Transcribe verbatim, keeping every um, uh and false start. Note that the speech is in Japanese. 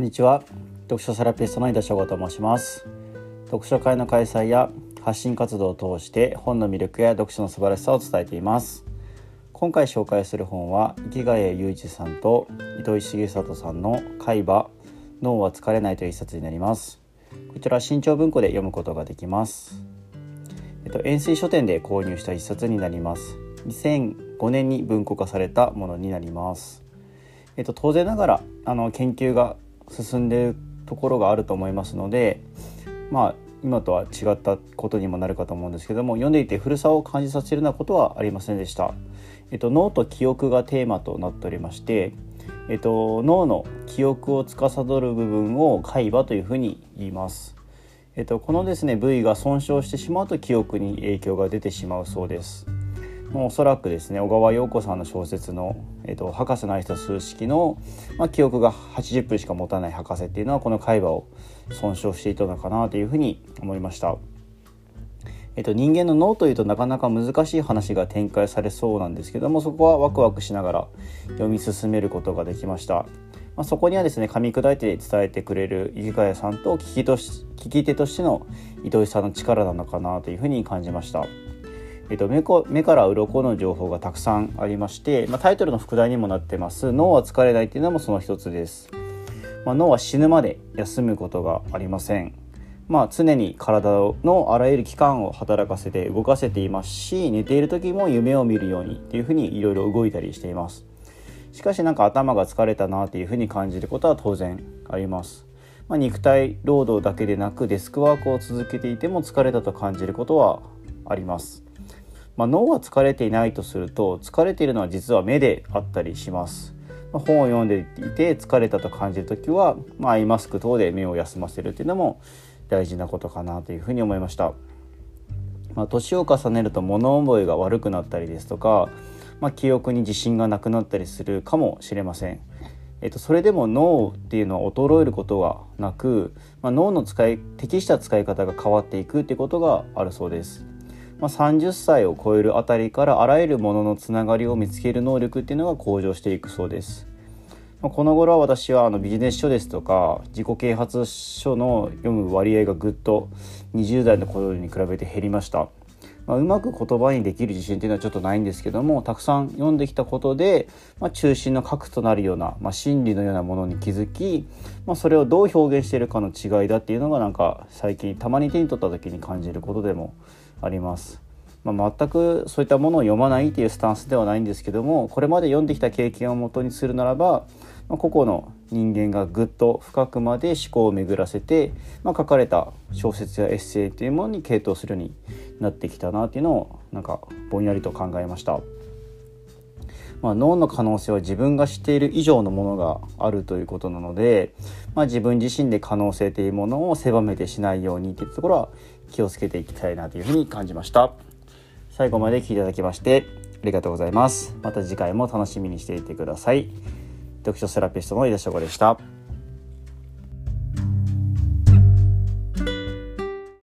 にちは。読書セラピストの井田翔吾と申します。読書会の開催や発信活動を通して本の魅力や読書の素晴らしさを伝えています。今回紹介する本は池谷裕二さんと糸井重里さんの海馬脳は疲れないという一冊になります。こちら新潮文庫で読むことができます。えっと、円錐書店で購入した一冊になります。にせんごねんに文庫化されたものになります。えっと、当然ながらあの研究が進んでいるところがあると思いますので、まあ今とは違ったことにもなるかと思うんですけども、読んでいて古さを感じさせるようなことはありませんでした。えっと、脳と記憶がテーマとなっておりまして、えっと、脳の記憶を司る部分を海馬というふうに言います。えっと、このですね部位が損傷してしまうと記憶に影響が出てしまうそうです。もうおそらくですね小川洋子さんの小説の、えっと、博士の愛した数式の、まあ、記憶がはちじゅっぷんしか持たない博士っていうのはこの海馬を損傷していたのかなというふうに思いました。えっと、人間の脳というとなかなか難しい話が展開されそうなんですけども、そこはワクワクしながら読み進めることができました。まあ、そこにはですね噛み砕いて伝えてくれる池谷さんと聞きとし聞き手としての糸井さんの力なのかなというふうに感じました。えっと、目, こ目から鱗の情報がたくさんありまして、まあ、タイトルの副題にもなってます脳は疲れないというのもその一つです。まあ、脳は死ぬまで休むことがありません。まあ、常に体のあらゆる器官を働かせて動かせていますし、寝ている時も夢を見るようにっていうふうにいろいろ動いたりしています。しかしなんか頭が疲れたなというふうに感じることは当然あります。まあ、肉体労働だけでなくデスクワークを続けていても疲れたと感じることはあります。まあ、脳は疲れていないとすると、疲れているのは実は目であったりします。まあ、本を読んでいて疲れたと感じるときは、まあ、アイマスク等で目を休ませるというのも大事なことかなというふうに思いました。まあ、年を重ねると物覚えが悪くなったりですとか、まあ、記憶に自信がなくなったりするかもしれません。えっと、それでも脳っていうのは衰えることはなく、まあ、脳の使い適した使い方が変わっていくっていうことがあるそうです。まあ、さんじゅっさいを超えるあたりからあらゆるもののつながりを見つける能力っていうのが向上していくそうです。まあ、この頃は私はあのビジネス書ですとか自己啓発書の読む割合がぐっとにじゅう代の頃に比べて減りました。まあ、うまく言葉にできる自信っていうのはちょっとないんですけども、たくさん読んできたことで、まあ、中心の核となるような、まあ、真理のようなものに気づき、まあ、それをどう表現しているかの違いだっていうのがなんか最近たまに手に取った時に感じることでもあります。まあ、全くそういったものを読まないというスタンスではないんですけども、これまで読んできた経験をもとにするならば、まあ、個々の人間がぐっと深くまで思考を巡らせて、まあ、書かれた小説やエッセイというものに傾倒するようになってきたなというのをなんかぼんやりと考えました。まあ、脳の可能性は自分が知っている以上のものがあるということなので、まあ、自分自身で可能性というものを狭めてしないようにというところは気をつけていきたいなというふうに感じました。最後まで聞いていただきましてありがとうございます。また次回も楽しみにしていてください。読書セラピストの井田翔吾でした。